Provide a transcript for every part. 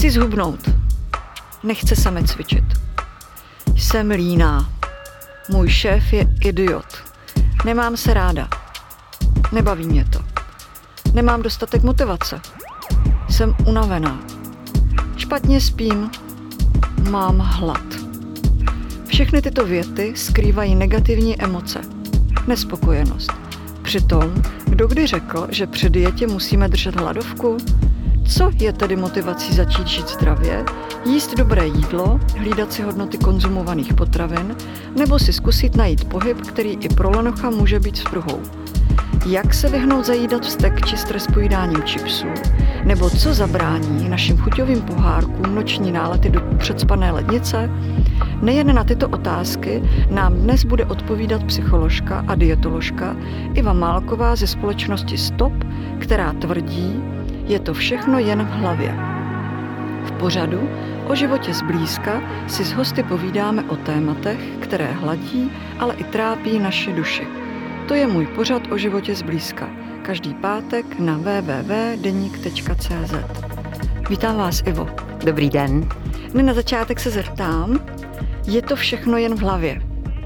Chci zhubnout. Nechce se mi cvičit. Jsem líná. Můj šéf je idiot. Nemám se ráda. Nebaví mě to. Nemám dostatek motivace. Jsem unavená. Špatně spím. Mám hlad. Všechny tyto věty skrývají negativní emoce. Nespokojenost. Přitom, kdo kdy řekl, že při dietě musíme držet hladovku? Co je tedy motivací začít žít zdravě, jíst dobré jídlo, hlídat si hodnoty konzumovaných potravin, nebo si zkusit najít pohyb, který i pro lenocha může být spruhou? Jak se vyhnout zajídat vztek či stres pojídáním chipsů? Nebo co zabrání našim chuťovým pohárkům noční nálety do předspané lednice? Nejen na tyto otázky nám dnes bude odpovídat psycholožka a dietoložka Iva Málková ze společnosti STOP, která tvrdí, je to všechno jen v hlavě. V pořadu O životě zblízka si s hosty povídáme o tématech, které hladí, ale i trápí naši duši. To je můj pořad O životě zblízka. Každý pátek na www.denik.cz. Vítám vás, Ivo. Dobrý den. Na začátek se zeptám, je to všechno jen v hlavě?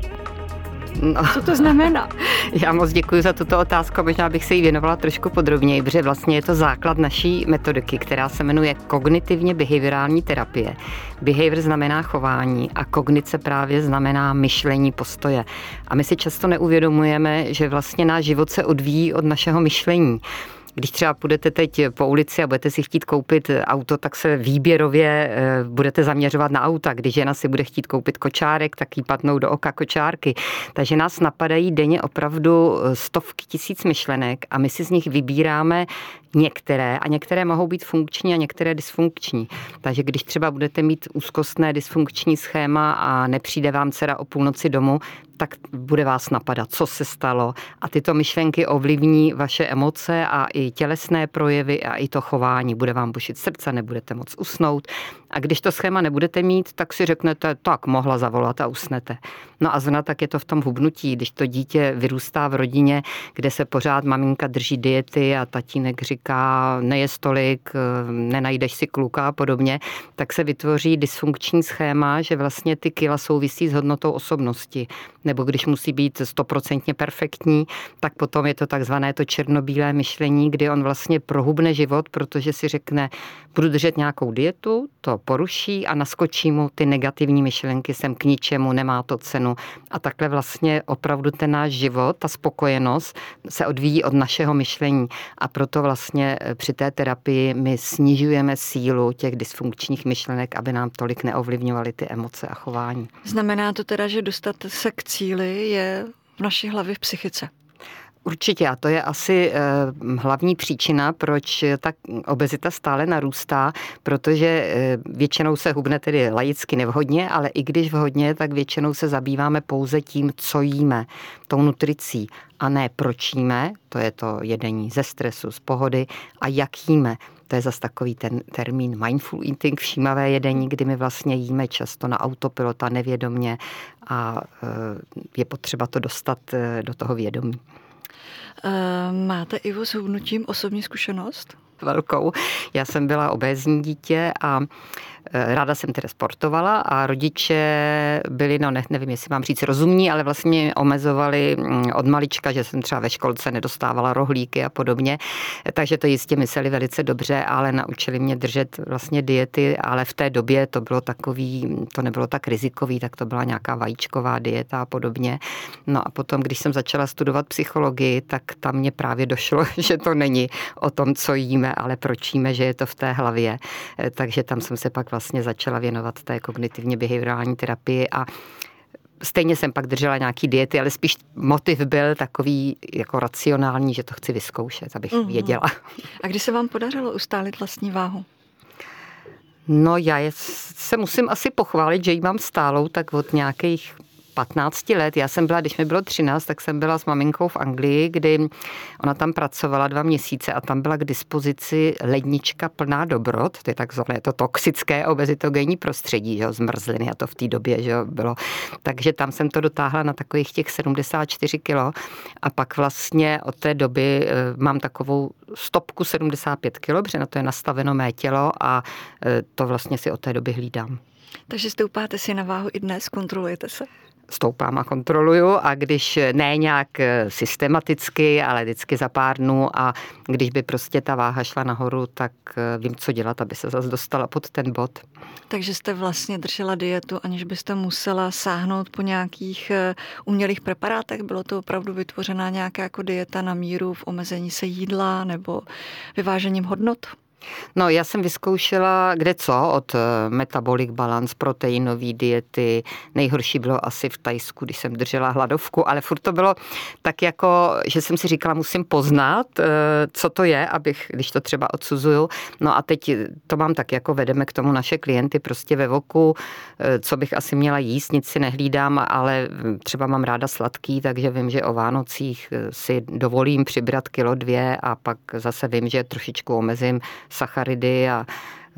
No. Co to znamená? Já moc děkuji za tuto otázku, možná bych se jí věnovala trošku podrobněji, protože vlastně je to základ naší metodiky, která se jmenuje kognitivně behaviorální terapie. Behavior znamená chování a kognice právě znamená myšlení, postoje. A my si často neuvědomujeme, že vlastně náš život se odvíjí od našeho myšlení. Když třeba půjdete teď po ulici a budete si chtít koupit auto, tak se výběrově budete zaměřovat na auta. Když žena si bude chtít koupit kočárek, tak jí padnou do oka kočárky. Takže nás napadají denně opravdu stovky tisíc myšlenek a my si z nich vybíráme některé a některé mohou být funkční a některé dysfunkční. Takže když třeba budete mít úzkostné dysfunkční schéma a nepřijde vám dcera o půlnoci domů, tak bude vás napadat, co se stalo. A tyto myšlenky ovlivní vaše emoce a i tělesné projevy a i to chování. Bude vám bušit srdce, nebudete moc usnout. A když to schéma nebudete mít, tak si řeknete, tak mohla zavolat a usnete. No a zrovna tak je to v tom hubnutí, když to dítě vyrůstá v rodině, kde se pořád maminka drží diety a tatínek říká, nejez tolik, nenajdeš si kluka a podobně, tak se vytvoří dysfunkční schéma, že vlastně ty kila souvisí s hodnotou osobnosti. Nebo když musí být 100% perfektní, tak potom je to takzvané to černobílé myšlení, kdy on vlastně prohubne život, protože si řekne, budu držet nějakou dietu, to poruší a naskočí mu ty negativní myšlenky, jsem k ničemu, nemá to cenu. A takhle vlastně opravdu ten náš život, ta spokojenost se odvíjí od našeho myšlení. A proto vlastně při té terapii my snižujeme sílu těch dysfunkčních myšlenek, aby nám tolik neovlivňovaly ty emoce a chování. Znamená to teda, že dostat se k cíli je v naší hlavě, v psychice? Určitě a to je asi hlavní příčina, proč ta obezita stále narůstá, protože většinou se hubne tedy laicky nevhodně, ale i když vhodně, tak většinou se zabýváme pouze tím, co jíme, tou nutricí a ne proč jíme, to je to jedení ze stresu, z pohody a jak jíme. To je zase takový ten termín mindful eating, všímavé jedení, kdy my vlastně jíme často na autopilota nevědomně a je potřeba to dostat do toho vědomí. Máte, Ivo, s hubnutím osobní zkušenost? Velkou. Já jsem byla obézní dítě a ráda jsem teda sportovala a rodiče byli, nevím, jestli mám říct rozumní, ale vlastně mě omezovali od malička, že jsem třeba ve školce nedostávala rohlíky a podobně, takže to jistě mysleli velice dobře, ale naučili mě držet vlastně diety, ale v té době to bylo takový, to nebylo tak rizikový, tak to byla nějaká vajíčková dieta a podobně. No a potom, když jsem začala studovat psychologii, tak tam mě právě došlo, že to není o tom, co jíme, ale proč jíme, že je to v té hlavě. Takže tam jsem se pak vlastně začala věnovat té kognitivně behaviorální terapii a stejně jsem pak držela nějaký diety, ale spíš motiv byl takový jako racionální, že to chci vyzkoušet, abych věděla. A kdy se vám podařilo ustálit vlastní váhu? No já se musím asi pochválit, že ji mám stálou tak od nějakých 15 let. Já jsem byla, když mi bylo 13, tak jsem byla s maminkou v Anglii, kdy ona tam pracovala 2 měsíce a tam byla k dispozici lednička plná dobrot, to je takzvané to toxické obezitogenní prostředí, že jo, zmrzliny a to v té době, že jo, bylo. Takže tam jsem to dotáhla na takových těch 74 kilo a pak vlastně od té doby mám takovou stopku 75 kilo, protože na to je nastaveno mé tělo a to vlastně si od té doby hlídám. Takže stoupáte si na váhu i dnes, kontrolujete se? Stoupám a kontroluju a když ne nějak systematicky, ale vždycky za pár dnů a když by prostě ta váha šla nahoru, tak vím, co dělat, aby se zase dostala pod ten bod. Takže jste vlastně držela dietu, aniž byste musela sáhnout po nějakých umělých preparátech? Bylo to opravdu vytvořená nějaká jako dieta na míru v omezení se jídla nebo vyvážením hodnot? No, já jsem vyzkoušela kdeco, od metabolic balance, proteinové diety. Nejhorší bylo asi v Thajsku, když jsem držela hladovku, ale furt to bylo tak jako, že jsem si říkala, musím poznat, co to je, abych, když to třeba odsuzuju. No a teď to mám tak, jako vedeme k tomu naše klienty prostě ve voku, co bych asi měla jíst, nic si nehlídám, ale třeba mám ráda sladký, takže vím, že o Vánocích si dovolím přibrat 1-2 kilo a pak zase vím, že trošičku omezím sacharidy a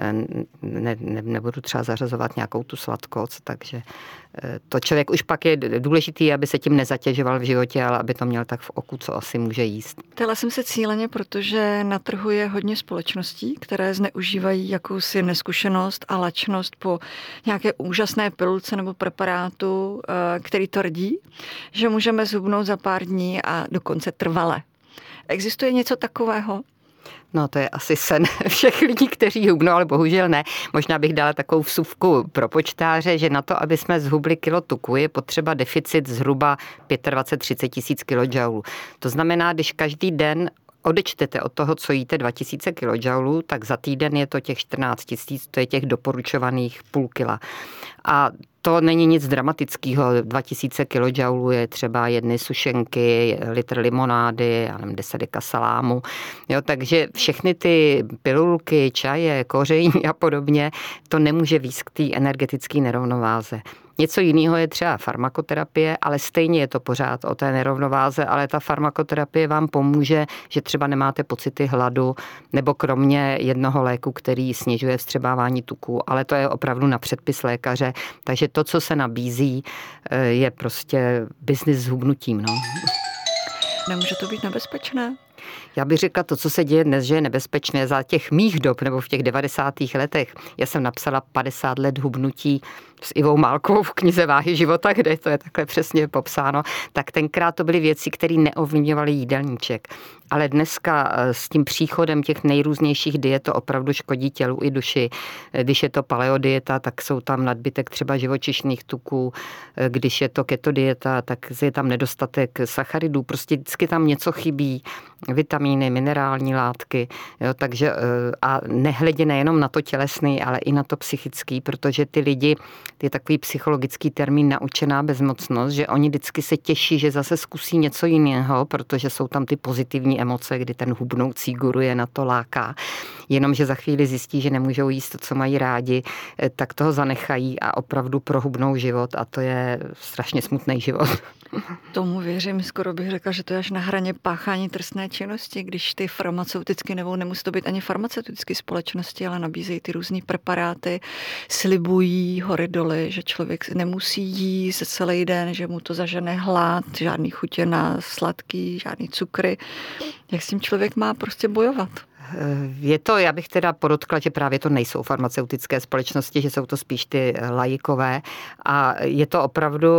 nebudu třeba zařazovat nějakou tu sladkost, takže to člověk už pak je důležitý, aby se tím nezatěžoval v životě, ale aby to měl tak v oku, co asi může jíst. Ptala jsem se cíleně, protože na trhu je hodně společností, které zneužívají jakousi neskušenost a lačnost po nějaké úžasné pilulce nebo preparátu, který tvrdí, že můžeme zhubnout za pár dní a dokonce trvale. Existuje něco takového? No, to je asi sen všech lidí, kteří hubnou, ale bohužel ne. Možná bych dala takovou vsuvku pro počtáře, že na to, aby jsme zhubli kilo tuku, je potřeba deficit zhruba 25-30 tisíc kilojoulů. To znamená, když každý den odečtete od toho, co jíte 2000 kilojoulů, tak za týden je to těch 14 tisíc, to je těch doporučovaných půl kila. A to není nic dramatického. 2000 kilojoulů je třeba jedny sušenky, litr limonády, 10 deka salámu. Jo, takže všechny ty pilulky, čaje, koření a podobně, to nemůže vést k té energetické nerovnováze. Něco jiného je třeba farmakoterapie, ale stejně je to pořád o té nerovnováze, ale ta farmakoterapie vám pomůže, že třeba nemáte pocity hladu, nebo kromě jednoho léku, který snižuje vstřebávání tuku, ale to je opravdu na předpis lékaře, takže to, co se nabízí, je prostě biznis s hubnutím. No. Nemůže to být nebezpečné? Já bych řekla, to, co se děje dnes, že je nebezpečné za těch mých dob, nebo v těch 90. letech. Já jsem napsala 50 let hubnutí s Ivou Málkovou v knize Váhy života, kde to je takhle přesně popsáno, tak tenkrát to byly věci, které neovlivňovaly jídelníček. Ale dneska s tím příchodem těch nejrůznějších diet to opravdu škodí tělu i duši. Když je to paleodieta, tak jsou tam nadbytek třeba živočišných tuků. Když je to keto dieta, tak je tam nedostatek sacharidů. Prostě vždycky tam něco chybí. Vitamíny, minerální látky. Jo, takže a nehledě nejenom na to tělesný, ale i na to psychický, protože ty lidi, je takový psychologický termín naučená bezmocnost, že oni vždycky se těší, že zase zkusí něco jiného, protože jsou tam ty pozitivní emoce, kdy ten hubnoucí guru je na to láká. Jenomže za chvíli zjistí, že nemůžou jíst to, co mají rádi, tak toho zanechají a opravdu prohubnou život a to je strašně smutný život. Tomu věřím, skoro bych řekla, že to je až na hraně páchání trestné činnosti, když ty farmaceuticky, nebo nemusí to být ani farmaceutické společnosti, ale nabízejí ty různý preparáty, slibují hory doly, že člověk nemusí jíst celý den, že mu to zažene hlad, žádný chutě na sladký, žádný cukry. Jak s tím člověk má prostě bojovat? Je to, já bych teda podotkla, že právě to nejsou farmaceutické společnosti, že jsou to spíš ty laikové a je to opravdu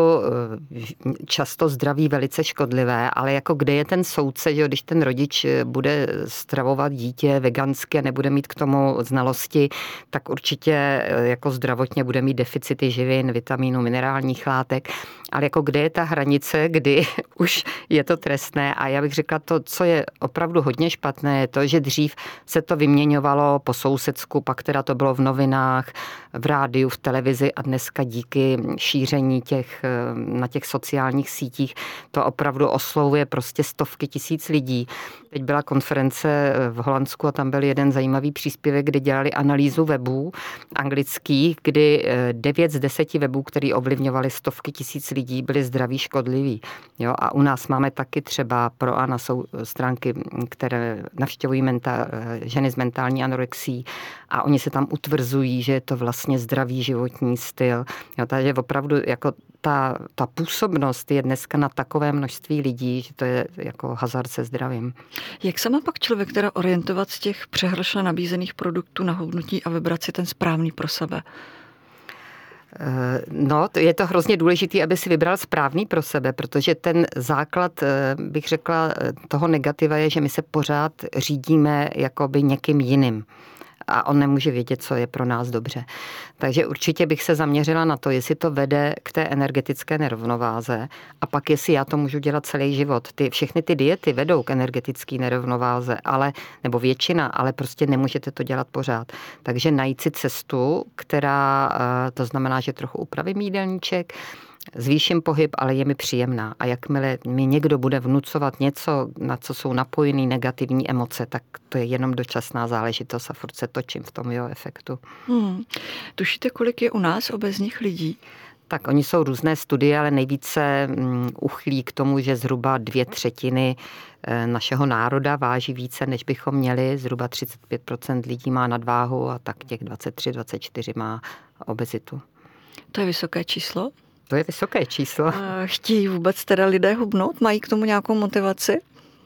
často zdraví velice škodlivé, ale jako kde je ten soudce, že když ten rodič bude stravovat dítě vegansky a nebude mít k tomu znalosti, tak určitě jako zdravotně bude mít deficity živin, vitamínů, minerálních látek, ale jako kde je ta hranice, kdy už je to trestné a já bych řekla to, co je opravdu hodně špatné, je to, že dřív se to vyměňovalo po sousedsku, pak teda to bylo v novinách, v rádiu, v televizi a dneska díky šíření na těch sociálních sítích to opravdu oslovuje prostě stovky tisíc lidí. Teď byla konference v Holandsku a tam byl jeden zajímavý příspěvek, kde dělali analýzu webů anglických, kdy 9 z 10 webů, který ovlivňovali stovky tisíc lidí, byly zdraví škodliví. Jo? A u nás máme taky třeba pro Ana jsou stránky, které navštěvují ženy s mentální anorexií a oni se tam utvrzují, že je to vlastně zdravý životní styl. Jo? Takže opravdu jako ta působnost je dneska na takové množství lidí, že to je jako hazard se zdravím. Jak se má pak člověk teda orientovat z těch přehršle nabízených produktů na hubnutí a vybrat si ten správný pro sebe? No, je to hrozně důležité, aby si vybral správný pro sebe, protože ten základ, bych řekla, toho negativa je, že my se pořád řídíme jakoby někým jiným. A on nemůže vědět, co je pro nás dobře. Takže určitě bych se zaměřila na to, jestli to vede k té energetické nerovnováze a pak jestli já to můžu dělat celý život. Všechny ty diety vedou k energetické nerovnováze, nebo většina, ale prostě nemůžete to dělat pořád. Takže najít si cestu, která, to znamená, že trochu upravím jídelníček, zvýším pohyb, ale je mi příjemná. A jakmile mi někdo bude vnucovat něco, na co jsou napojený negativní emoce, tak to je jenom dočasná záležitost a furt se točím v tom jeho efektu. Tušíte, kolik je u nás obézních lidí? Tak oni jsou různé studie, ale nejvíce uchylí k tomu, že zhruba 2/3 našeho národa váží více, než bychom měli. Zhruba 35% lidí má nadváhu a tak těch 23-24 má obezitu. To je vysoké číslo? To je vysoké číslo. Chtějí vůbec teda lidé hubnout? Mají k tomu nějakou motivaci?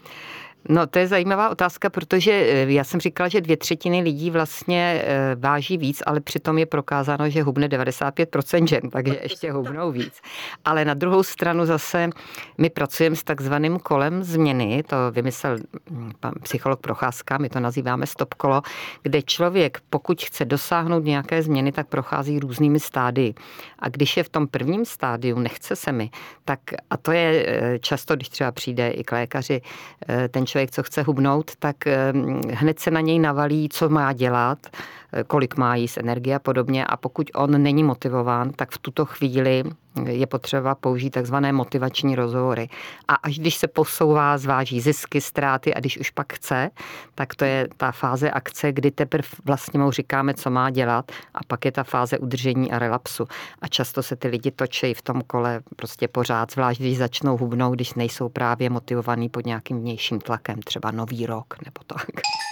No, to je zajímavá otázka, protože já jsem říkala, že 2/3 lidí vlastně váží víc, ale přitom je prokázáno, že hubne 95% žen, takže ještě hubnou víc. Ale na druhou stranu zase my pracujeme s takzvaným kolem změny, to vymyslel pan psycholog Procházka, my to nazýváme stop kolo, kde člověk, pokud chce dosáhnout nějaké změny, tak prochází různými stádii. A když je v tom prvním stádiu, nechce se mi, tak a to je často, když třeba přijde i k lékaři, ten člověk, co chce hubnout, tak hned se na něj navalí, co má dělat, kolik má jíst energie a podobně. A pokud on není motivován, tak v tuto chvíli je potřeba použít takzvané motivační rozhovory. A až když se posouvá, zváží zisky, ztráty a když už pak chce, tak to je ta fáze akce, kdy teprve vlastně mu říkáme, co má dělat a pak je ta fáze udržení a relapsu. A často se ty lidi točí v tom kole prostě pořád, zvlášť když začnou hubnout, když nejsou právě motivovaní pod nějakým vnějším tlakem, třeba nový rok nebo tak.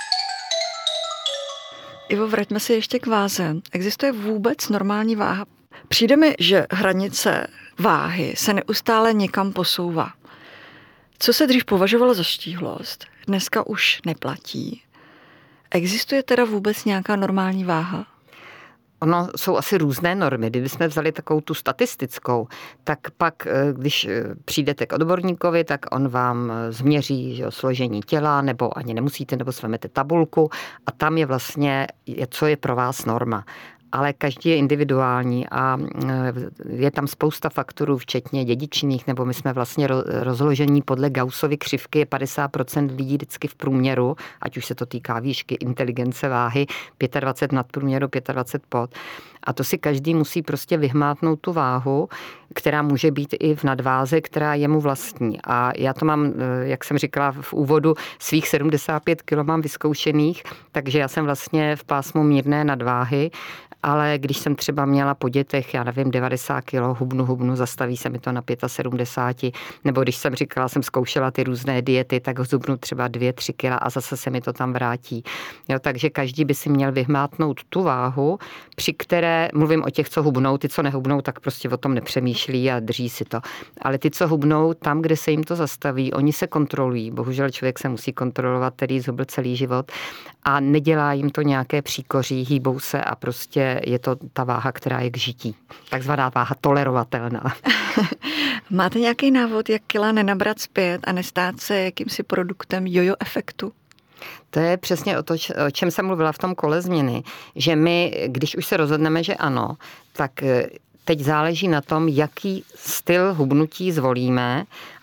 Ivo, vraťme se ještě k váze. Existuje vůbec normální váha? Přijde mi, že hranice váhy se neustále někam posouvá. Co se dřív považovalo za štíhlost, dneska už neplatí. Existuje teda vůbec nějaká normální váha? Ono jsou asi různé normy. Kdybychom vzali takovou tu statistickou, tak pak, když přijdete k odborníkovi, tak on vám změří, že složení těla, nebo ani nemusíte, nebo svezmete tabulku a tam je vlastně, co je pro vás norma. Ale každý je individuální a je tam spousta faktorů, včetně dědičných, nebo my jsme vlastně rozložení podle Gaussovy křivky, je 50% lidí vždycky v průměru, ať už se to týká výšky, inteligence, váhy, 25 nad průměru, 25 pod. A to si každý musí prostě vyhmátnout tu váhu, která může být i v nadváze, která je mu vlastní. A já to mám, jak jsem říkala v úvodu, svých 75 kg mám vyzkoušených, takže já jsem vlastně v pásmu mírné nadváhy, ale když jsem třeba měla po dětech, já nevím, 90 kg, hubnu, zastaví se mi to na 75, nebo když jsem říkala, jsem zkoušela ty různé diety, tak zhubnu třeba 2-3 kg a zase se mi to tam vrátí. Jo, takže každý by si měl vyhmátnout tu váhu, při které, mluvím o těch, co hubnou, ty, co nehubnou, tak prostě o tom nepřemýšlí a drží si to. Ale ty, co hubnou, tam, kde se jim to zastaví, oni se kontrolují. Bohužel člověk se musí kontrolovat, který zhubl celý život a nedělá jim to nějaké příkoří, hýbou se a prostě je to ta váha, která je k žití. Takzvaná váha tolerovatelná. Máte nějaký návod, jak kila nenabrat zpět a nestát se jakýmsi produktem jojo efektu? To je přesně o čem jsem mluvila v tom kole změny, že my, když už se rozhodneme, že ano, tak teď záleží na tom, jaký styl hubnutí zvolíme a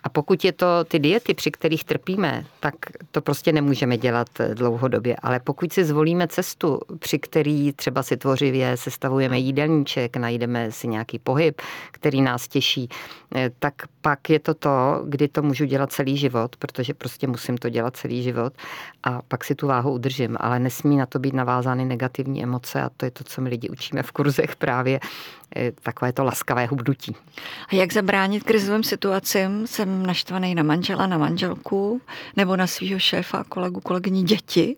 A pokud je to ty diety, při kterých trpíme, tak to prostě nemůžeme dělat dlouhodobě. Ale pokud si zvolíme cestu, při který třeba si tvořivě sestavujeme jídelníček, najdeme si nějaký pohyb, který nás těší, tak pak je to, kdy to můžu dělat celý život, protože prostě musím to dělat celý život a pak si tu váhu udržím, ale nesmí na to být navázány negativní emoce a to je to, co my lidi učíme v kurzech právě, takové to laskavé hubnutí. A jak zabránit krizovým situacím? Jsem naštvaný na manžela, na manželku nebo na svého šéfa, kolegu, kolegyni, děti.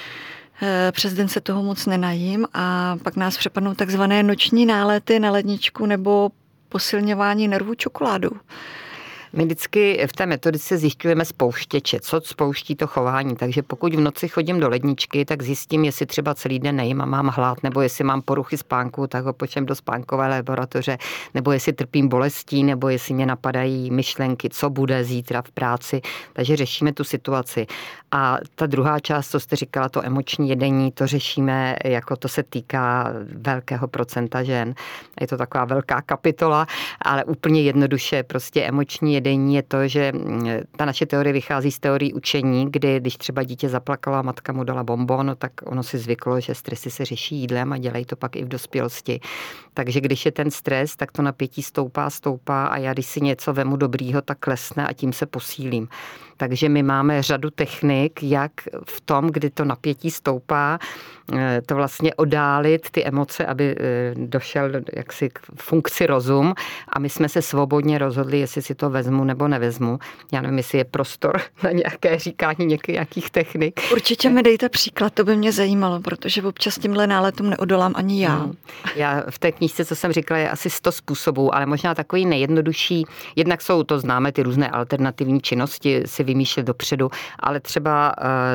Přes den se toho moc nenajím a pak nás přepadnou takzvané noční nálety na ledničku nebo posilňování nervů čokoládou. My vždycky v té metodice zjišťujeme spouštěče, co spouští to chování. Takže pokud v noci chodím do ledničky, tak zjistím, jestli třeba celý den nejím a mám hlad, nebo jestli mám poruchy spánku, tak ho počem do spánkové laboratoře, nebo jestli trpím bolestí, nebo jestli mě napadají myšlenky, co bude zítra v práci. Takže řešíme tu situaci. A ta druhá část, co jste říkala, to emoční jedení, to řešíme, jako to se týká velkého procenta žen. Je to taková velká kapitola, ale úplně jednoduše prostě emoční jedení je to, že ta naše teorie vychází z teorii učení, kdy když třeba dítě zaplakalo a matka mu dala bonbon, tak ono si zvyklo, že stresy se řeší jídlem a dělají to pak i v dospělosti. Takže když je ten stres, tak to napětí stoupá a já když si něco vemu dobrýho, tak klesne a tím se posílím. Takže my máme řadu technik, jak v tom, kdy to napětí stoupá, to vlastně oddálit ty emoce, aby došel jaksi k funkci rozum a my jsme se svobodně rozhodli, jestli si to vezmu nebo nevezmu. Já nevím, jestli je prostor na nějaké říkání nějakých technik. Určitě mi dejte příklad, to by mě zajímalo, protože občas tímhle náletům neodolám ani já. Já v té knížce, co jsem říkala, je asi 100 způsobů, ale možná takový nejjednodušší. Jednak jsou, to známe, ty různé alternativní činnosti, si vymýšlet dopředu, ale třeba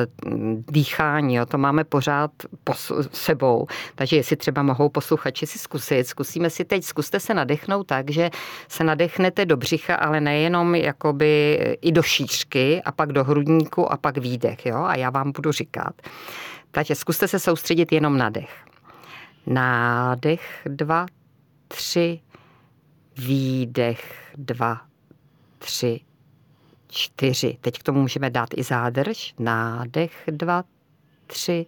dýchání, jo, to máme pořád sebou. Takže jestli třeba mohou posluchači si zkusíme si teď, zkuste se nadechnout tak, že se nadechnete do břicha, ale nejenom jakoby i do šířky a pak do hrudníku a pak výdech, jo, a já vám budu říkat. Takže zkuste se soustředit jenom na dech. Nádech 2, 3, výdech 2, 3, 4. Teď k tomu můžeme dát i zádrž. Nádech 2, 3,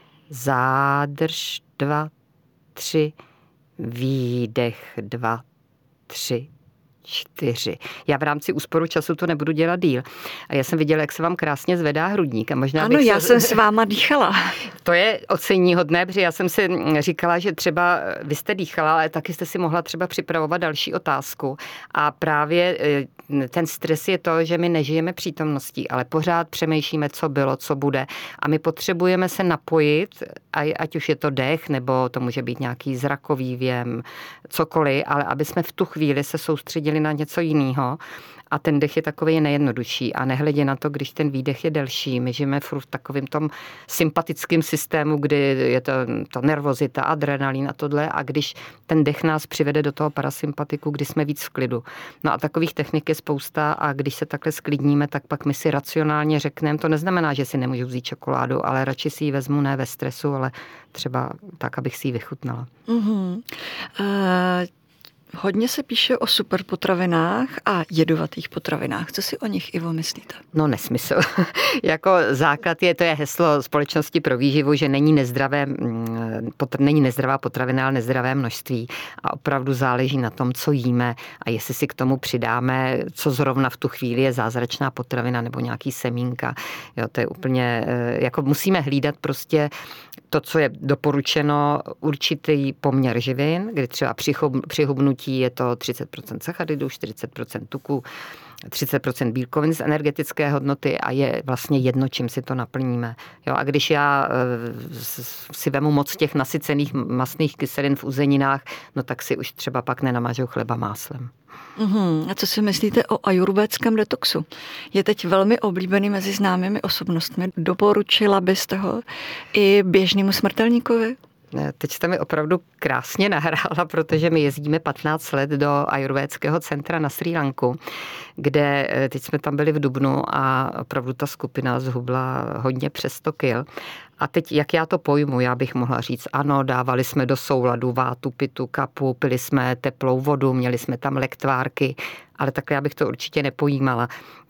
zádrž 2, 3, výdech 2, 3, 4. Já v rámci úsporu času to nebudu dělat díl. A já jsem viděla, jak se vám krásně zvedá hrudník. A možná ano, já jsem s váma dýchala. To je oceníhodné, protože já jsem si říkala, že třeba vy jste dýchala, ale taky jste si mohla třeba připravovat další otázku. A právě ten stres je to, že my nežijeme přítomností, ale pořád přemýšlíme, co bylo, co bude. A my potřebujeme se napojit, ať už je to dech, nebo to může být nějaký zrakový věm, cokoliv, ale aby jsme v tu chvíli se soustředili na něco jiného. A ten dech je takový nejjednodušší. A nehledě na to, když ten výdech je delší. My žijeme v takovém tom sympatickém systému, kdy je to nervozita, adrenalin a tohle. A když ten dech nás přivede do toho parasympatiku, kdy jsme víc v klidu. No a takových technik je spousta a když se takhle sklidníme, tak pak my si racionálně řekneme, to neznamená, že si nemůžu vzít čokoládu, ale radši si ji vezmu ne ve stresu, ale třeba tak, abych si ji vychutnala. Hodně se píše o superpotravinách a jedovatých potravinách. Co si o nich, Ivo, myslíte? No nesmysl. Jako základ to je heslo Společnosti pro výživu, že není nezdravá potravina, ale nezdravé množství. A opravdu záleží na tom, co jíme a jestli si k tomu přidáme, co zrovna v tu chvíli je zázračná potravina nebo nějaký semínka. Jo, to je úplně, jako musíme hlídat prostě to, co je doporučeno, určitý poměr živin, kdy třeba při hubnutí je to 30% sacharidů, 40% tuku, 30% bílkovin z energetické hodnoty a je vlastně jedno, čím si to naplníme. Jo, a když já si vemu moc těch nasycených mastných kyselin v uzeninách, no tak si už třeba pak nenamažu chleba máslem. A co si myslíte o ajurvédském detoxu? Je teď velmi oblíbený mezi známými osobnostmi. Doporučila byste ho i běžnému smrtelníkovi? Teď jste mi opravdu krásně nahrála, protože my jezdíme 15 let do ajurvédského centra na Srí Lanku, kde teď jsme tam byli v dubnu a opravdu ta skupina zhubla hodně přes 100 kil. A teď, jak já to pojmu, já bych mohla říct, ano, dávali jsme do souladu vátu, pitu, kapu, pili jsme teplou vodu, měli jsme tam lektvárky, ale takhle já bych to určitě nepojímala.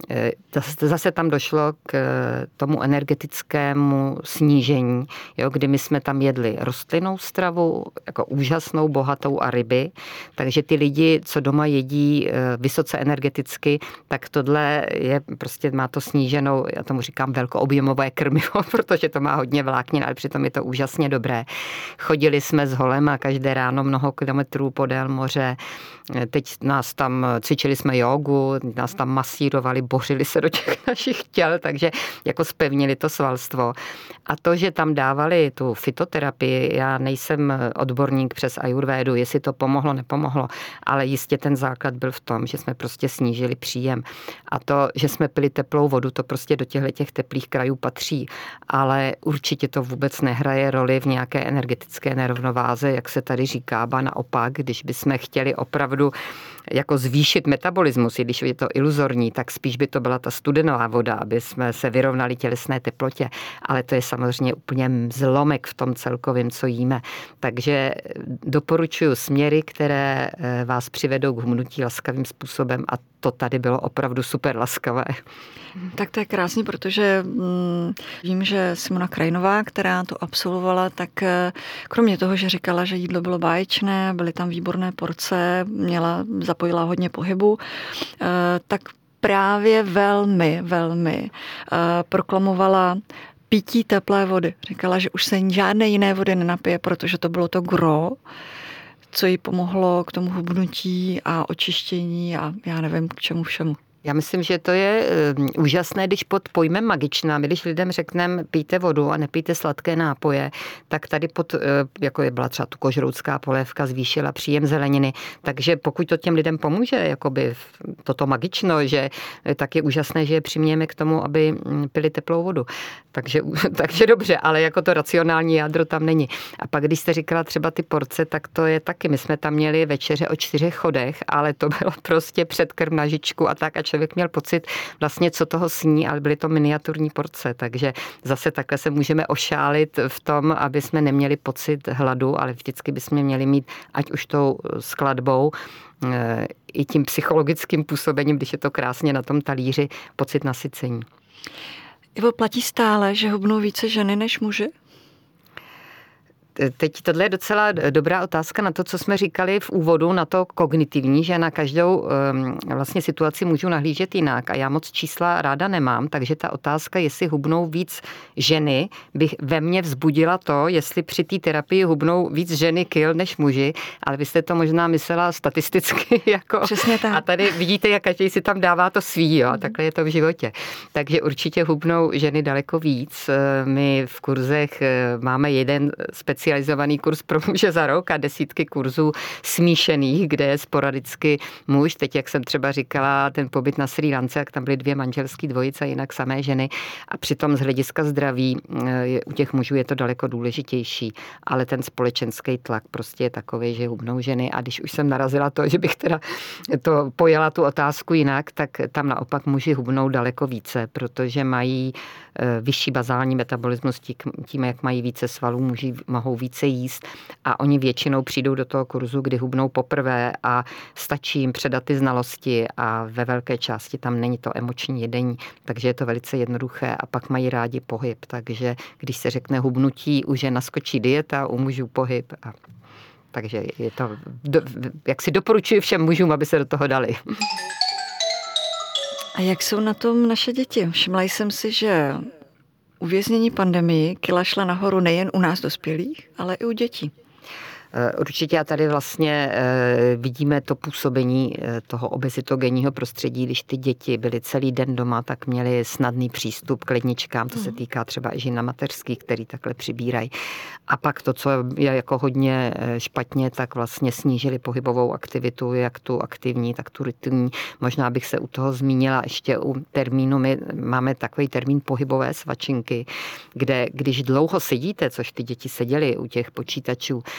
Zase tam došlo k tomu energetickému snížení, jo, kdy my jsme tam jedli rostlinnou stravu, jako úžasnou, bohatou a ryby, takže ty lidi, co doma jedí vysoce energeticky, tak tohle je prostě má to sníženou, já tomu říkám velkoobjemové krmivo, protože to má hodně vláknin, ale přitom je to úžasně dobré. Chodili jsme s holema každé ráno mnoho kilometrů podél moře, teď nás tam cvičili jsme jogu, nás tam masírovali, bořili se do těch našich těl, takže jako zpevnili to svalstvo. A to, že tam dávali tu fytoterapii, já nejsem odborník přes ajurvédu, jestli to pomohlo, nepomohlo, ale jistě ten základ byl v tom, že jsme prostě snížili příjem. A to, že jsme pili teplou vodu, to prostě do těch teplých krajů patří, ale určitě to vůbec nehraje roli v nějaké energetické nerovnováze, jak se tady říká, ba naopak, když bychom chtěli opravdu jako zvýšit metabolismus, i když je to iluzorní, tak spíš by to byla ta studená voda, aby jsme se vyrovnali tělesné teplotě, ale to je samozřejmě úplně zlomek v tom celkovém, co jíme. Takže doporučuji směry, které vás přivedou k hubnutí laskavým způsobem a to tady bylo opravdu super laskavé. Tak to je krásný, protože vím, že Simona Krajinová, která to absolvovala, tak kromě toho, že říkala, že jídlo bylo báječné, byly tam výborné porce, zapojila hodně pohybu, tak právě velmi proklamovala pití teplé vody. Říkala, že už se žádné jiné vody nenapije, protože to bylo to gro, co jí pomohlo k tomu hubnutí a očištění a já nevím k čemu všemu. Já myslím, že to je úžasné, když pod pojmem magičná, my když lidem řekneme pijte vodu a nepijte sladké nápoje, tak tady jako je byla třeba tu kožroutská polévka, zvýšila příjem zeleniny, takže pokud to těm lidem pomůže, jakoby toto magično, že tak je úžasné, že je přimějeme k tomu, aby pili teplou vodu. Takže dobře, ale jako to racionální jádro tam není. A pak, když jste říkala třeba ty porce, tak to je taky, my jsme tam měli večeře o 4 chodech, ale to bylo prostě předkrm na žičku a tak a člověk měl pocit vlastně, co toho sní, ale byly to miniaturní porce, takže zase takhle se můžeme ošálit v tom, aby jsme neměli pocit hladu, ale vždycky bychom měli mít, ať už tou skladbou, i tím psychologickým působením, když je to krásně na tom talíři, pocit nasycení. Ivo, platí stále, že hubnou více ženy než muži? Teď tohle je docela dobrá otázka na to, co jsme říkali v úvodu, na to kognitivní, že na každou vlastně situaci můžu nahlížet jinak a já moc čísla ráda nemám, takže ta otázka, jestli hubnou víc ženy, bych ve mně vzbudila to, jestli při té terapii hubnou víc ženy kil než muži, ale vy jste to možná myslela statisticky. Jako, přesně tak. A tady vidíte, jak každý si tam dává to svý, jo, takhle je to v životě. Takže určitě hubnou ženy daleko víc. My v kurzech máme jeden specializovaný kurz pro muže za rok a desítky kurzů smíšených, kde je sporadicky muž. Teď, jak jsem třeba říkala, ten pobyt na Srí Lance, jak tam byly 2 manželský dvojice, jinak samé ženy. A přitom z hlediska zdraví u těch mužů je to daleko důležitější. Ale ten společenský tlak prostě je takový, že hubnou ženy. A když už jsem narazila to, že bych teda to pojala tu otázku jinak, tak tam naopak muži hubnou daleko více, protože mají vyšší bazální metabolismus tím, jak mají více svalů, muži mohou více jíst a oni většinou přijdou do toho kurzu, kdy hubnou poprvé a stačí jim předat ty znalosti a ve velké části tam není to emoční jedení, takže je to velice jednoduché a pak mají rádi pohyb, takže když se řekne hubnutí, u žen naskočí dieta, u mužů pohyb a takže je to, jak si doporučuji všem mužům, aby se do toho dali. A jak jsou na tom naše děti? Všimla jsem si, že uvěznění pandemii kila šla nahoru nejen u nás dospělých, ale i u dětí. Určitě a tady vlastně vidíme to působení toho obezitogenního prostředí, když ty děti byly celý den doma, tak měly snadný přístup k ledničkám, to se týká třeba i žen na mateřských, který takhle přibírají. A pak to, co je jako hodně špatně, tak vlastně snížili pohybovou aktivitu, jak tu aktivní, tak tu rutinní. Možná bych se u toho zmínila ještě u termínu, my máme takový termín pohybové svačinky, kde když dlouho sedíte, což ty děti seděly u těch počítačů, tak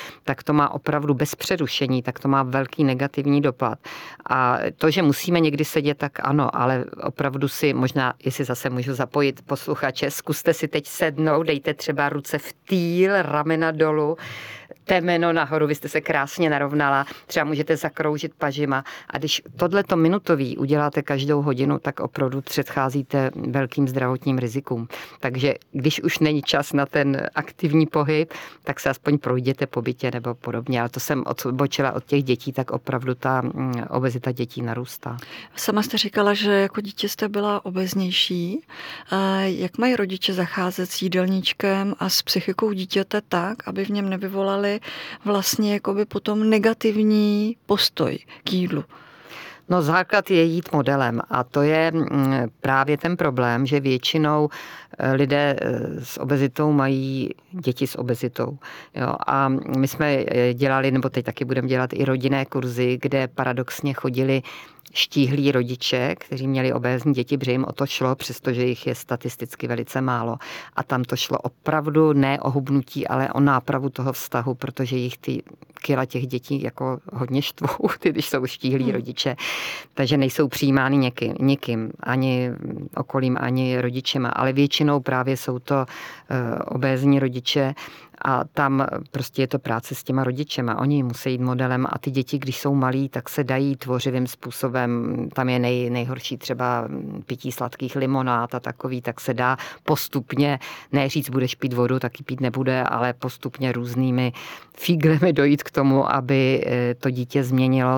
tak to má opravdu bez přerušení, tak to má velký negativní dopad. A to, že musíme někdy sedět, tak ano, ale opravdu si možná, jestli zase můžu zapojit posluchače, zkuste si teď sednout, dejte třeba ruce v týl, ramena dolů, temeno nahoru, vy jste se krásně narovnala, třeba můžete zakroužit pažima a když tohleto minutový uděláte každou hodinu, tak opravdu předcházíte velkým zdravotním rizikům. Takže když už není čas na ten aktivní pohyb, tak se aspoň projděte po bytě nebo podobně, ale to jsem odbočila od těch dětí, tak opravdu ta obezita dětí narůstá. Sama jste říkala, že jako dítě jste byla obeznější. Jak mají rodiče zacházet s jídelníčkem a s psychikou dítěte tak, aby v něm nevyvolali vlastně jakoby potom negativní postoj k jídlu? No základ je jít modelem a to je právě ten problém, že většinou lidé s obezitou mají děti s obezitou. Jo? A my jsme dělali, nebo teď taky budeme dělat i rodinné kurzy, kde paradoxně chodili štíhlí rodiče, kteří měli obézní děti, protože jim o to šlo, přestože jich je statisticky velice málo. A tam to šlo opravdu ne o hubnutí, ale o nápravu toho vztahu, protože jich ty kila těch dětí jako hodně štvou, když jsou štíhlí rodiče. Takže nejsou přijímány nikým, ani okolím, ani rodičema, ale většinou právě jsou to obézní rodiče. A tam prostě je to práce s těma rodičema. Oni musí jít modelem a ty děti, když jsou malí, tak se dají tvořivým způsobem. Tam je nejhorší třeba pití sladkých limonád a takový, tak se dá postupně, ne říct, budeš pít vodu, taky pít nebude, ale postupně různými fíglemi dojít k tomu, aby to dítě změnilo.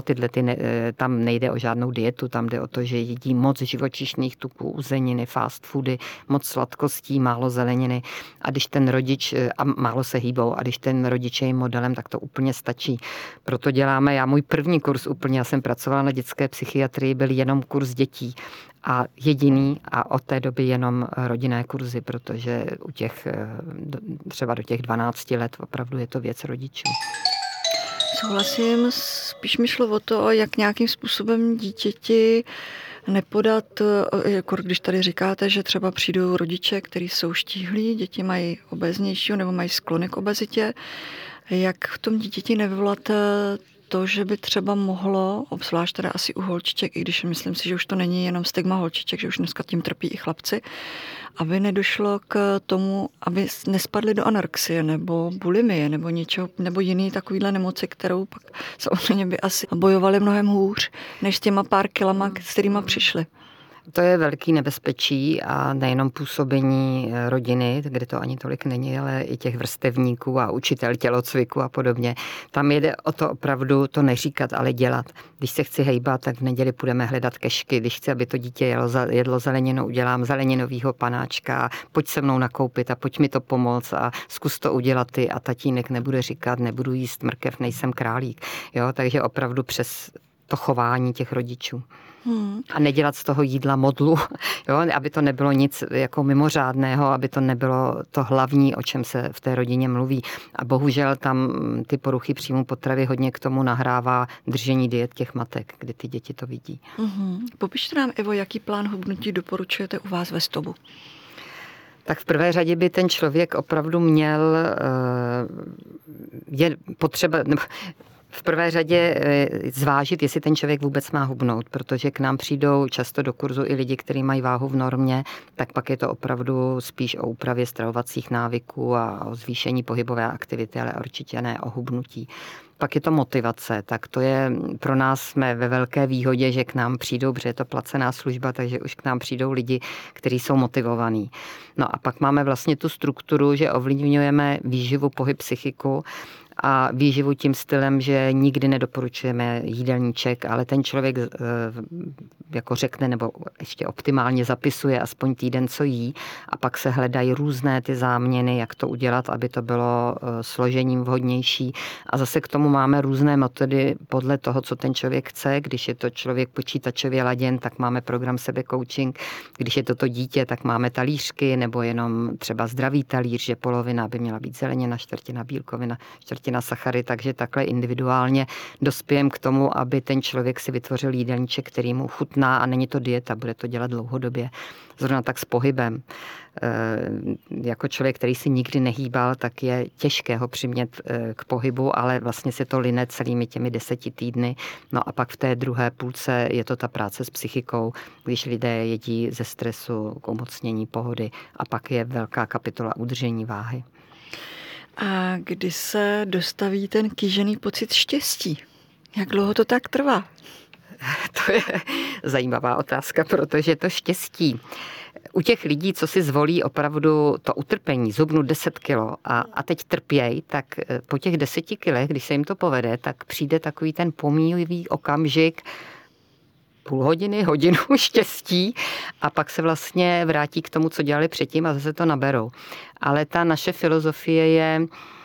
Tam nejde o žádnou dietu, tam jde o to, že jedí moc živočišných tuků, uzeniny, fast foody, moc sladkostí, málo zeleniny. A když ten rodič, a málo se hýbou, a když ten rodič je jim modelem, tak to úplně stačí. Proto děláme, můj první kurz úplně, já jsem pracovala na dětské psychiatrii, byl jenom kurz dětí a jediný a od té doby jenom rodinné kurzy, protože u těch třeba do těch 12 let opravdu je to věc rodičů. Souhlasím, spíš mi šlo o to, jak nějakým způsobem dítěti nepodat, jako když tady říkáte, že třeba přijdou rodiče, kteří jsou štíhlí, děti mají obéznějšího nebo mají sklony k obezitě, jak v tom dítěti nevyvolat to, že by třeba mohlo, obzvlášť teda asi u holčiček, i když myslím si, že už to není jenom stigma holčiček, že už dneska tím trpí i chlapci, aby nedošlo k tomu, aby nespadli do anorexie nebo bulimie nebo něčeho, nebo jiný takovýhle nemoci, kterou pak samozřejmě by asi bojovali mnohem hůř, než s těma pár kilama, s kterýma přišli. To je velký nebezpečí a nejenom působení rodiny, kde to ani tolik není, ale i těch vrstevníků a učitel tělocviku a podobně. Tam jde o to opravdu to neříkat, ale dělat. Když se chci hejbat, tak v neděli půjdeme hledat kešky. Když chci, aby to dítě jedlo zeleninu, udělám zeleninovýho panáčka, pojď se mnou nakoupit a pojď mi to pomoct a zkus to udělat ty a tatínek nebude říkat, nebudu jíst mrkev, nejsem králík. Jo, takže opravdu přes to chování těch rodičů. A nedělat z toho jídla modlu, jo, aby to nebylo nic jako mimořádného, aby to nebylo to hlavní, o čem se v té rodině mluví. A bohužel tam ty poruchy příjmu potravy hodně k tomu nahrává držení diet těch matek, kdy ty děti to vidí. Popište nám, Ivo, jaký plán hubnutí doporučujete u vás ve Stobu? Tak v prvé řadě by ten člověk opravdu měl, je potřeba, v prvé řadě zvážit, jestli ten člověk vůbec má hubnout, protože k nám přijdou často do kurzu i lidi, kteří mají váhu v normě, tak pak je to opravdu spíš o úpravě stravovacích návyků a o zvýšení pohybové aktivity, ale určitě ne o hubnutí. Pak je to motivace, tak to je pro nás, jsme ve velké výhodě, že k nám přijdou, protože je to placená služba, takže už k nám přijdou lidi, kteří jsou motivovaní. No a pak máme vlastně tu strukturu, že ovlivňujeme výživu, pohyb, psychiku, a výživu tím stylem, že nikdy nedoporučujeme jídelníček, ale ten člověk jako řekne nebo ještě optimálně zapisuje aspoň týden, co jí a pak se hledají různé ty záměny, jak to udělat, aby to bylo složením vhodnější. A zase k tomu máme různé metody podle toho, co ten člověk chce. Když je to člověk počítačově laděn, tak máme program sebecoaching. Když je to dítě, tak máme talířky nebo jenom třeba zdravý talíř, že polovina by měla být zelenina, čtvrtina bílkovina, čtvrtina šlechtina, sachary, takže takhle individuálně dospějem k tomu, aby ten člověk si vytvořil jídelníček, který mu chutná a není to dieta, bude to dělat dlouhodobě. Zrovna tak s pohybem. Jako člověk, který si nikdy nehýbal, tak je těžké ho přimět k pohybu, ale vlastně se to line celými těmi 10 týdny. No a pak v té druhé půlce je to ta práce s psychikou, když lidé jedí ze stresu k umocnění pohody a pak je velká kapitola udržení váhy. A kdy se dostaví ten kýžený pocit štěstí? Jak dlouho to tak trvá? To je zajímavá otázka, protože to štěstí u těch lidí, co si zvolí opravdu to utrpení, zhubnout 10 kilo a teď trpěj, tak po těch 10 kilech, když se jim to povede, tak přijde takový ten pomíjivý okamžik, půl hodiny, hodinu štěstí a pak se vlastně vrátí k tomu, co dělali předtím a zase to naberou. Ale ta naše filozofie je,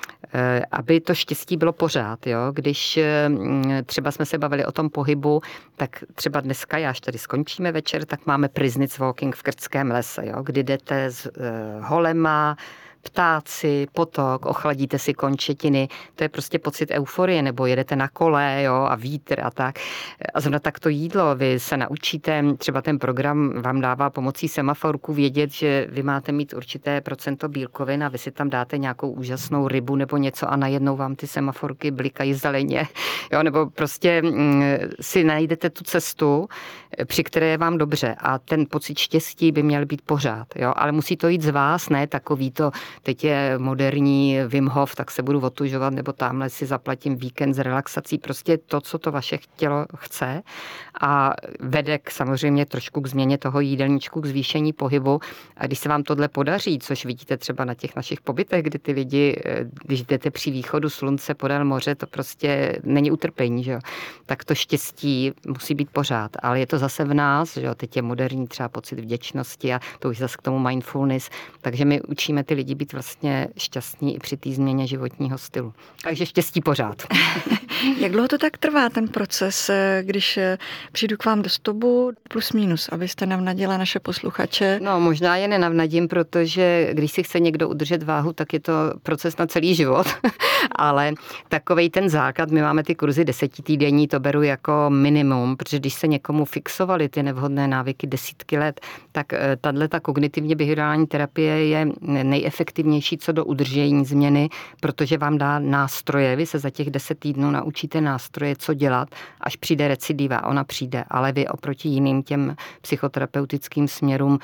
aby to štěstí bylo pořád. Jo? Když třeba jsme se bavili o tom pohybu, tak třeba dneska, až tady skončíme večer, tak máme Priznitz Walking v Krtském lese, jo? Kdy jdete s holema, ptáci, potok, ochladíte si končetiny, to je prostě pocit euforie, nebo jedete na kole, jo, a vítr a tak. A zrovna tak to jídlo, vy se naučíte, třeba ten program vám dává pomocí semaforku vědět, že vy máte mít určité procento bílkovin a vy si tam dáte nějakou úžasnou rybu nebo něco a najednou vám ty semaforky blikají zeleně, jo, nebo prostě si najdete tu cestu, při které je vám dobře a ten pocit štěstí by měl být pořád, jo, ale musí to jít z vás, ne takový to, teď je moderní Wim Hof, tak se budu otužovat, nebo tamhle si zaplatím víkend s relaxací. Prostě to, co to vaše tělo chce a vede samozřejmě trošku k změně toho jídelníčku, k zvýšení pohybu. A když se vám tohle podaří, což vidíte třeba na těch našich pobytech, kdy ty lidi, když jdete při východu slunce podél moře, to prostě není utrpení, že jo? Tak to štěstí musí být pořád. Ale je to zase v nás, že jo? Teď je moderní třeba pocit vděčnosti a to už zase k tomu mindfulness. Takže my učíme ty lidi být vlastně šťastní i při té změně životního stylu. Takže štěstí pořád. Jak dlouho to tak trvá, ten proces, když přijdu k vám do Stobu, plus minus, abyste navnadila naše posluchače? No, možná je nenavnadím, protože když si chce někdo udržet váhu, tak je to proces na celý život. Ale takovej ten základ, my máme ty kurzy 10týdenní, to beru jako minimum, protože když se někomu fixovaly ty nevhodné návyky desítky let, tak tato kognitivně behaviorální terapie je nejefektivnější co do udržení změny, protože vám dá nástroje, vy se za těch 10 týdnů naučíte nástroje, co dělat, až přijde recidiva, ona přijde, ale vy oproti jiným těm psychoterapeutickým směrům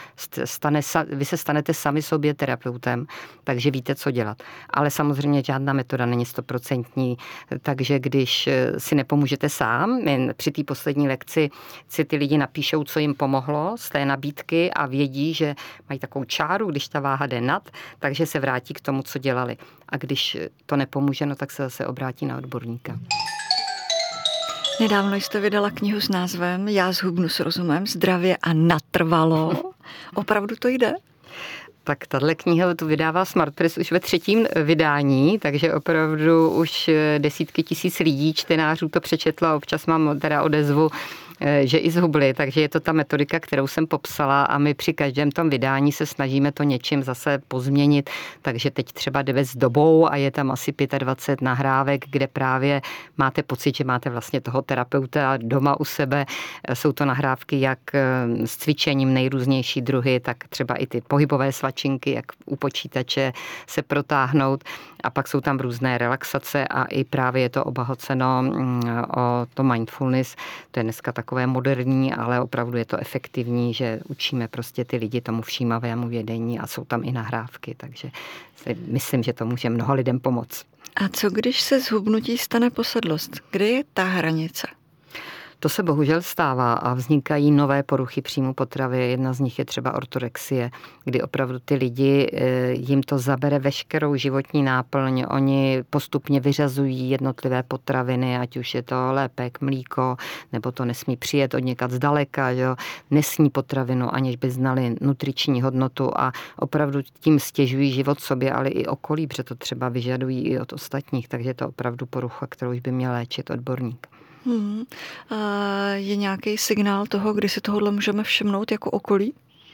vy se stanete sami sobě terapeutem, takže víte, co dělat. Ale samozřejmě žádná metoda není 100%, takže když si nepomůžete sám, při té poslední lekci si ty lidi napíšou, co jim pomohlo z té nabídky a vědí, že mají takovou čáru, když ta váha jde nad, takže se vrátí k tomu, co dělali. A když to nepomůže, no tak se zase obrátí na odborníka. Nedávno jste vydala knihu s názvem Já zhubnu s rozumem, zdravě a natrvalo. Opravdu to jde? Tak tahle kniha tu vydává Smart Press už ve 3. vydání, takže opravdu už desítky tisíc lidí, čtenářů to přečetlo a občas mám teda odezvu, že i zhubli, takže je to ta metodika, kterou jsem popsala a my při každém tom vydání se snažíme to něčím zase pozměnit, takže teď třeba jde s dobou a je tam asi 25 nahrávek, kde právě máte pocit, že máte vlastně toho terapeuta doma u sebe. Jsou to nahrávky jak s cvičením nejrůznější druhy, tak třeba i ty pohybové svačinky, jak u počítače se protáhnout a pak jsou tam různé relaxace a i právě je to obohaceno o to mindfulness. To je dneska takové moderní, ale opravdu je to efektivní, že učíme prostě ty lidi tomu všímavému vědení a jsou tam i nahrávky, takže si myslím, že to může mnoha lidem pomoct. A co když se z hubnutí stane posedlost? Kde je ta hranice? To se bohužel stává a vznikají nové poruchy příjmu potravy. Jedna z nich je třeba ortorexie, kdy opravdu ty lidi, jim to zabere veškerou životní náplň. Oni postupně vyřazují jednotlivé potraviny, ať už je to lepek, mlíko, nebo to nesmí přijet od někud zdaleka. Jo. Nesní potravinu, aniž by znali nutriční hodnotu a opravdu tím stěžují život sobě, ale i okolí, protože to třeba vyžadují i od ostatních. Takže je to opravdu porucha, kterou už by měl léčit odborník. A je nějaký signál toho, kdy si tohohle můžeme všimnout jako okolí?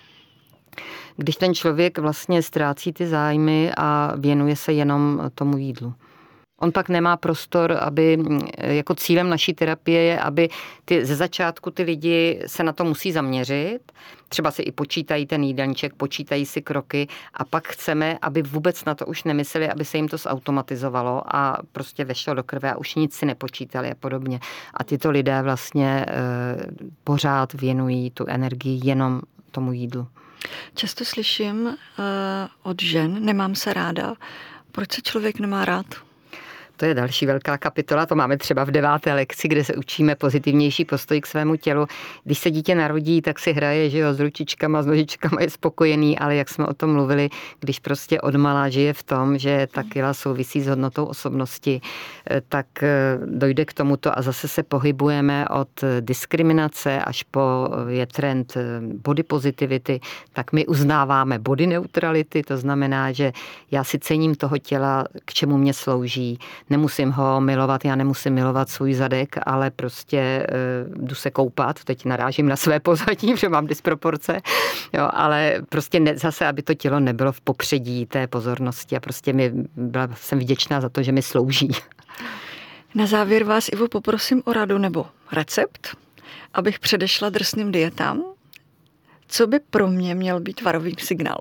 Když ten člověk vlastně ztrácí ty zájmy a věnuje se jenom tomu jídlu. On pak nemá prostor, aby jako cílem naší terapie je, aby ze začátku ty lidi se na to musí zaměřit, třeba si i počítají ten jídelníček, počítají si kroky a pak chceme, aby vůbec na to už nemysleli, aby se jim to zautomatizovalo a prostě vešlo do krve a už nic si nepočítali a podobně. A tyto lidé vlastně pořád věnují tu energii jenom tomu jídlu. Často slyším od žen, nemám se ráda. Proč se člověk nemá rád? To je další velká kapitola, to máme třeba v 9. lekci, kde se učíme pozitivnější postoj k svému tělu. Když se dítě narodí, tak si hraje, že jo, s ručičkama, s nožičkama, je spokojený, ale jak jsme o tom mluvili, když prostě odmala žije v tom, že ta kila souvisí s hodnotou osobnosti, tak dojde k tomuto a zase se pohybujeme od diskriminace až po je trend body positivity, tak my uznáváme body neutrality, to znamená, že já si cením toho těla, k čemu mě slouží. Nemusím ho milovat, já nemusím milovat svůj zadek, ale prostě jdu se koupat, teď narážím na své pozadí, že mám disproporce, jo, ale prostě zase, aby to tělo nebylo v popředí té pozornosti a prostě jsem vděčná za to, že mi slouží. Na závěr vás, Ivo, poprosím o radu nebo recept, abych předešla drsným dietám. Co by pro mě měl být varový signál?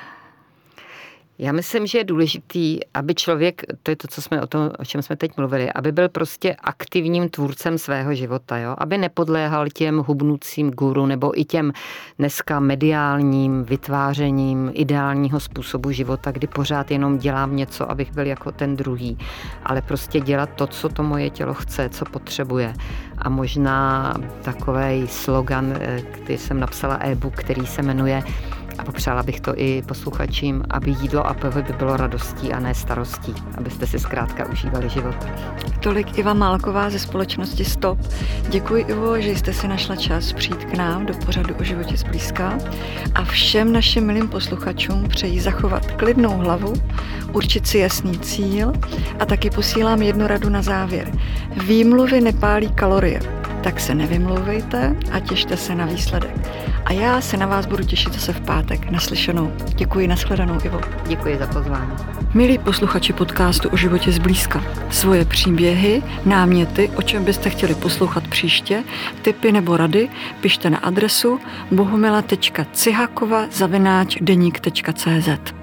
Já myslím, že je důležitý, aby člověk, to je to, o čem jsme teď mluvili, aby byl prostě aktivním tvůrcem svého života, jo? Aby nepodléhal těm hubnoucím guru nebo i těm dneska mediálním vytvářením ideálního způsobu života, kdy pořád jenom dělám něco, abych byl jako ten druhý, ale prostě dělat to, co to moje tělo chce, co potřebuje. A možná takovej slogan, který jsem napsala e-book, který se jmenuje a popřála bych to i posluchačům, aby jídlo a pohyb bylo radostí a ne starostí, abyste si zkrátka užívali život. Tolik Iva Málková ze společnosti Stop. Děkuji, Ivo, že jste si našla čas přijít k nám do pořadu O životě zblízka a všem našim milým posluchačům přeji zachovat klidnou hlavu, určit si jasný cíl a taky posílám jednu radu na závěr. Výmluvy nepálí kalorie, tak se nevymlouvejte a těšte se na výsledek. A já se na vás budu těšit zase v pátek. Naslyšenou. Děkuji, nashledanou, Ivo. Děkuji za pozvání. Milí posluchači podcastu O životě zblízka, svoje příběhy, náměty, o čem byste chtěli poslouchat příště, tipy nebo rady, pište na adresu bohumila.cihakova@denik.cz.